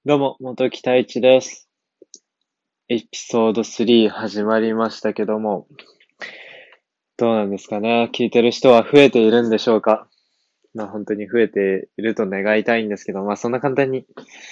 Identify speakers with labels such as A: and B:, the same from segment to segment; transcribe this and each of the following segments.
A: どうも、元木太一です。エピソード3始まりましたけども、どうなんですかね。聞いてる人は増えているんでしょうか。本当に増えていると願いたいんですけど、そんな簡単に、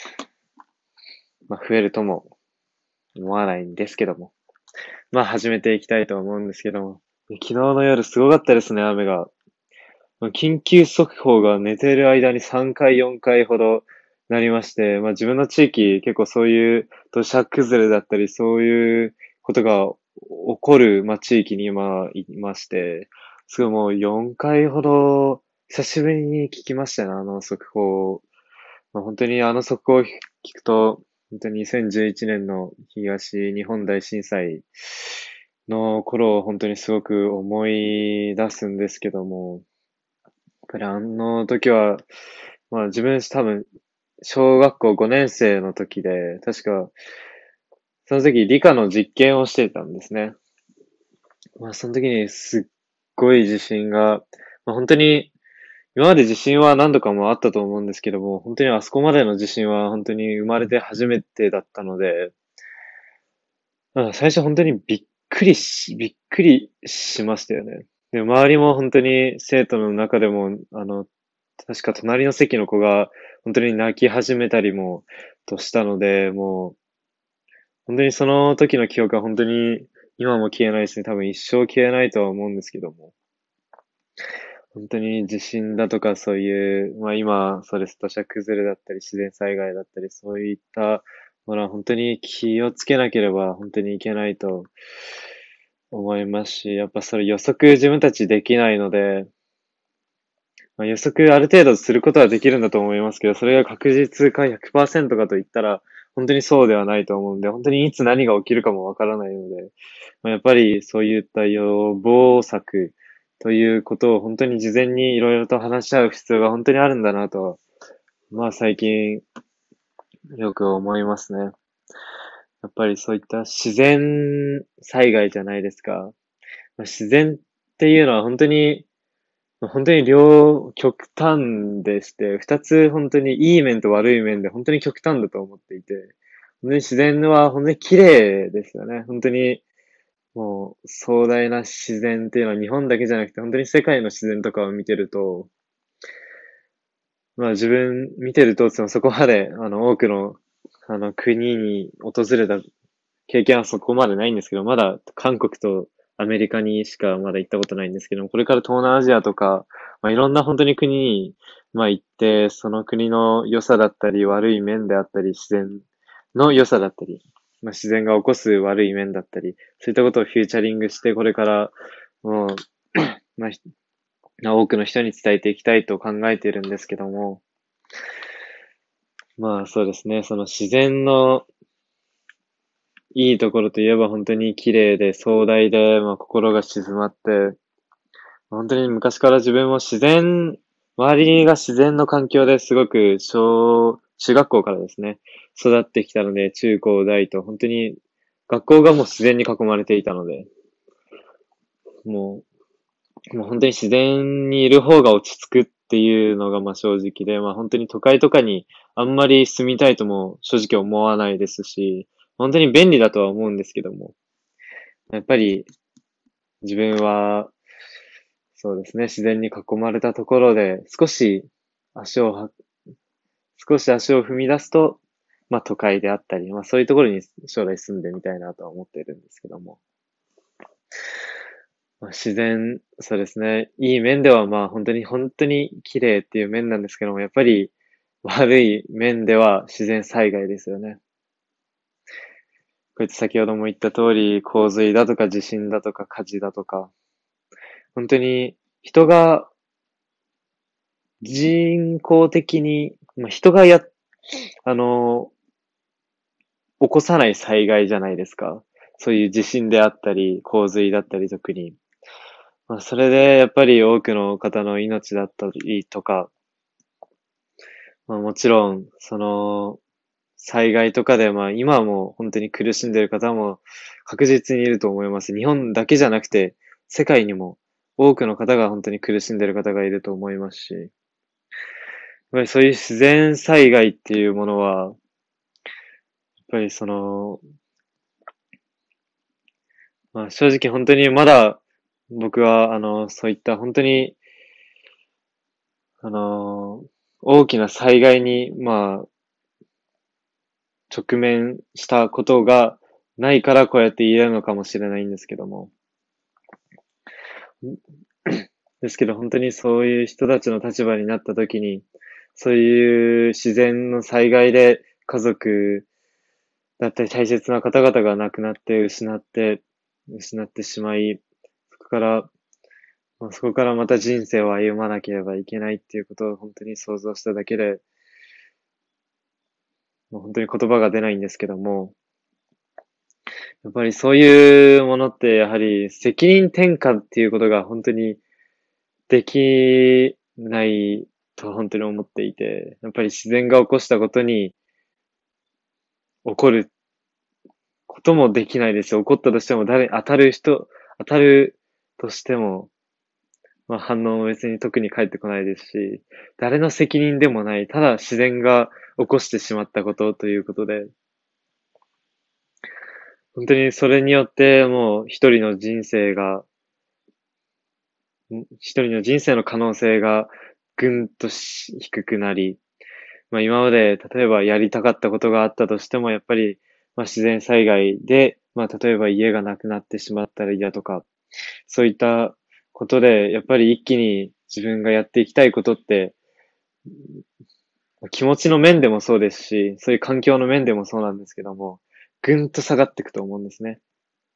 A: 増えるとも思わないんですけども。始めていきたいと思うんですけども。昨日の夜すごかったですね、雨が。緊急速報が寝てる間に3回、4回ほどなりまして、自分の地域結構そういう土砂崩れだったり、そういうことが起こる、地域に今いまして、すごいもう4回ほど久しぶりに聞きましたね、あの速報。本当にあの速報を聞くと、本当に2011年の東日本大震災の頃を本当にすごく思い出すんですけども、ぱりあの時は、自分多分、小学校5年生の時で、確か、その時理科の実験をしてたんですね。その時にすっごい地震が、本当に、今まで地震は何度かもあったと思うんですけども、本当にあそこまでの地震は本当に生まれて初めてだったので、最初本当にびっくりしましたよね。で、周りも本当に生徒の中でも、確か隣の席の子が本当に泣き始めたりもとしたので、もう本当にその時の記憶は本当に今も消えないですね。多分一生消えないとは思うんですけども。本当に地震だとかそういう、今、そうです。土砂崩れだったり自然災害だったりそういったものは本当に気をつけなければ本当にいけないと思いますし、やっぱそれ予測自分たちできないので、予測ある程度することはできるんだと思いますけど、それが確実か100%かと言ったら、本当にそうではないと思うんで、本当にいつ何が起きるかもわからないので、やっぱりそういった予防策ということを本当に事前にいろいろと話し合う必要が本当にあるんだなと、最近よく思いますね。やっぱりそういった自然災害じゃないですか。自然っていうのは本当に極端でして、二つ本当にいい面と悪い面で本当に極端だと思っていて、本当に自然は本当に綺麗ですよね。本当にもう壮大な自然っていうのは日本だけじゃなくて本当に世界の自然とかを見てると、自分見てるとそこまで多くの国に訪れた経験はそこまでないんですけど、まだ韓国とアメリカにしかまだ行ったことないんですけども、これから東南アジアとか、いろんな本当に国に、行って、その国の良さだったり、悪い面であったり、自然の良さだったり、自然が起こす悪い面だったり、そういったことをフューチャリングして、これから、もう、まあ、多くの人に伝えていきたいと考えているんですけども、そうですね、その自然のいいところといえば本当に綺麗で壮大で、心が静まって、本当に昔から自分も周りが自然の環境ですごく中学校からですね、育ってきたので、中高大と、本当に学校がもう自然に囲まれていたので、ももう本当に自然にいる方が落ち着くっていうのが正直で、本当に都会とかにあんまり住みたいとも正直思わないですし、本当に便利だとは思うんですけども、やっぱり自分は、そうですね、自然に囲まれたところで、足をは、少し足を踏み出すと、都会であったり、そういうところに将来住んでみたいなとは思っているんですけども。自然、そうですね、いい面では本当に綺麗っていう面なんですけども、やっぱり悪い面では自然災害ですよね。こうやって先ほども言った通り、洪水だとか地震だとか火事だとか、本当に人が人工的に、人があの、起こさない災害じゃないですか。そういう地震であったり、洪水だったり特に。それでやっぱり多くの方の命だったりとか、もちろん、災害とかで、今はもう本当に苦しんでいる方も確実にいると思います。日本だけじゃなくて、世界にも多くの方が本当に苦しんでいる方がいると思いますし、やっぱりそういう自然災害っていうものは、 ぱり正直本当にまだ僕は、そういった本当に、あの、大きな災害に、直面したことがないからこうやって言えるのかもしれないんですけども。ですけど本当にそういう人たちの立場になった時に、そういう自然の災害で家族だったり大切な方々が亡くなって失ってしまい、そこから、そこからまた人生を歩まなければいけないっていうことを本当に想像しただけで、もう本当に言葉が出ないんですけども、やっぱりそういうものってやはり責任転嫁っていうことが本当にできないと本当に思っていて、やっぱり自然が起こしたことに起こることもできないですよ。起こったとしても当たるとしても、反応も別に特に返ってこないですし、誰の責任でもない、ただ自然が起こしてしまったことということで、本当にそれによってもう一人の人生の可能性がぐんと低くなり、今まで例えばやりたかったことがあったとしても、やっぱり、自然災害で、例えば家がなくなってしまったりだとか、そういったことで、やっぱり一気に自分がやっていきたいことって、気持ちの面でもそうですし、そういう環境の面でもそうなんですけども、ぐんと下がっていくと思うんですね。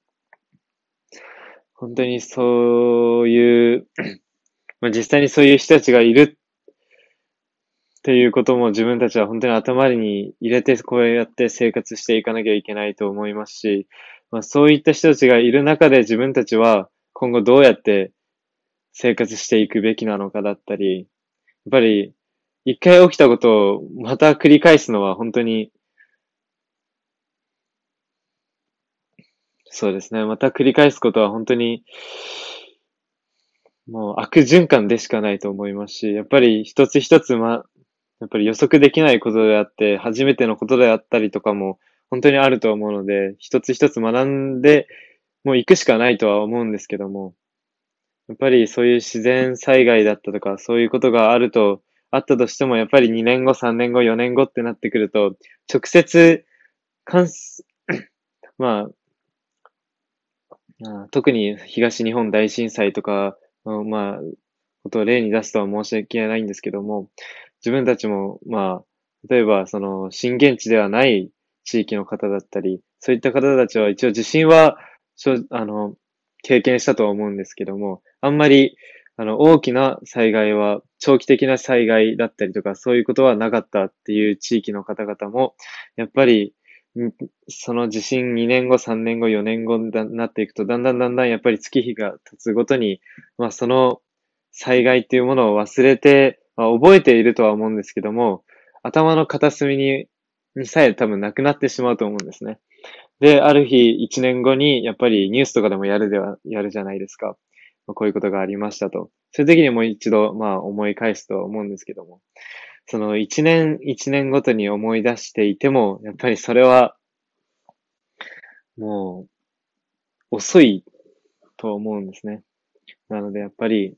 A: 本当にそういう、実際にそういう人たちがいるっていうことも自分たちは本当に頭に入れてこうやって生活していかなきゃいけないと思いますし、そういった人たちがいる中で自分たちは今後どうやって生活していくべきなのかだったり、やっぱり一回起きたことをまた繰り返すのは本当に、そうですね、また繰り返すことは本当にもう悪循環でしかないと思いますし、やっぱり一つ一つやっぱり予測できないことであって、初めてのことであったりとかも本当にあると思うので、一つ一つ学んでもう行くしかないとは思うんですけども、やっぱりそういう自然災害だったとか、そういうことがあったとしても、やっぱり2年後、3年後、4年後ってなってくると、直接、関す、ま特に東日本大震災とか、ことを例に出すとは申し訳ないんですけども、自分たちも、例えば、震源地ではない地域の方だったり、そういった方たちは一応地震は、しょ、あの、経験したとは思うんですけども、あんまり、大きな災害は、長期的な災害だったりとか、そういうことはなかったっていう地域の方々も、やっぱり、その地震2年後、3年後、4年後になっていくと、だんだんやっぱり月日が経つごとに、その災害っていうものを忘れて、覚えているとは思うんですけども、頭の片隅にさえ多分なくなってしまうと思うんですね。で、ある日、1年後に、やっぱりニュースとかでもやるじゃないですか。こういうことがありましたと。そういう時にもう一度、思い返すと思うんですけども。その一年ごとに思い出していても、やっぱりそれはもう遅いと思うんですね。なのでやっぱり、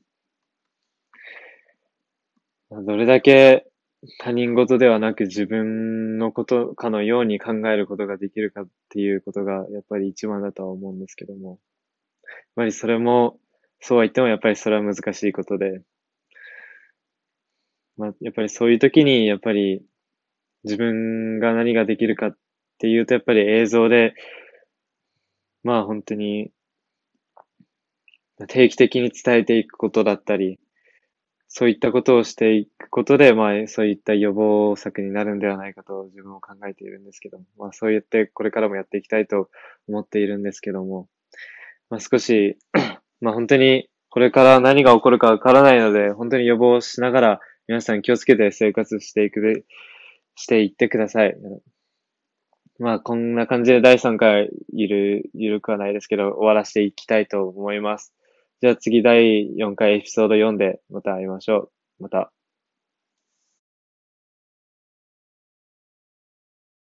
A: どれだけ他人事ではなく自分のことかのように考えることができるかっていうことがやっぱり一番だとは思うんですけども。やっぱりそれも、そうは言ってもやっぱりそれは難しいことで、やっぱりそういう時にやっぱり自分が何ができるかっていうとやっぱり映像で、本当に定期的に伝えていくことだったり、そういったことをしていくことで、そういった予防策になるんではないかと自分も考えているんですけども、そうやってこれからもやっていきたいと思っているんですけども、少し、本当にこれから何が起こるかわからないので、本当に予防しながら皆さん気をつけて生活していってください。こんな感じで第3回ゆるくはないですけど、終わらせていきたいと思います。じゃあ次第4回エピソード4でまた会いましょう。また。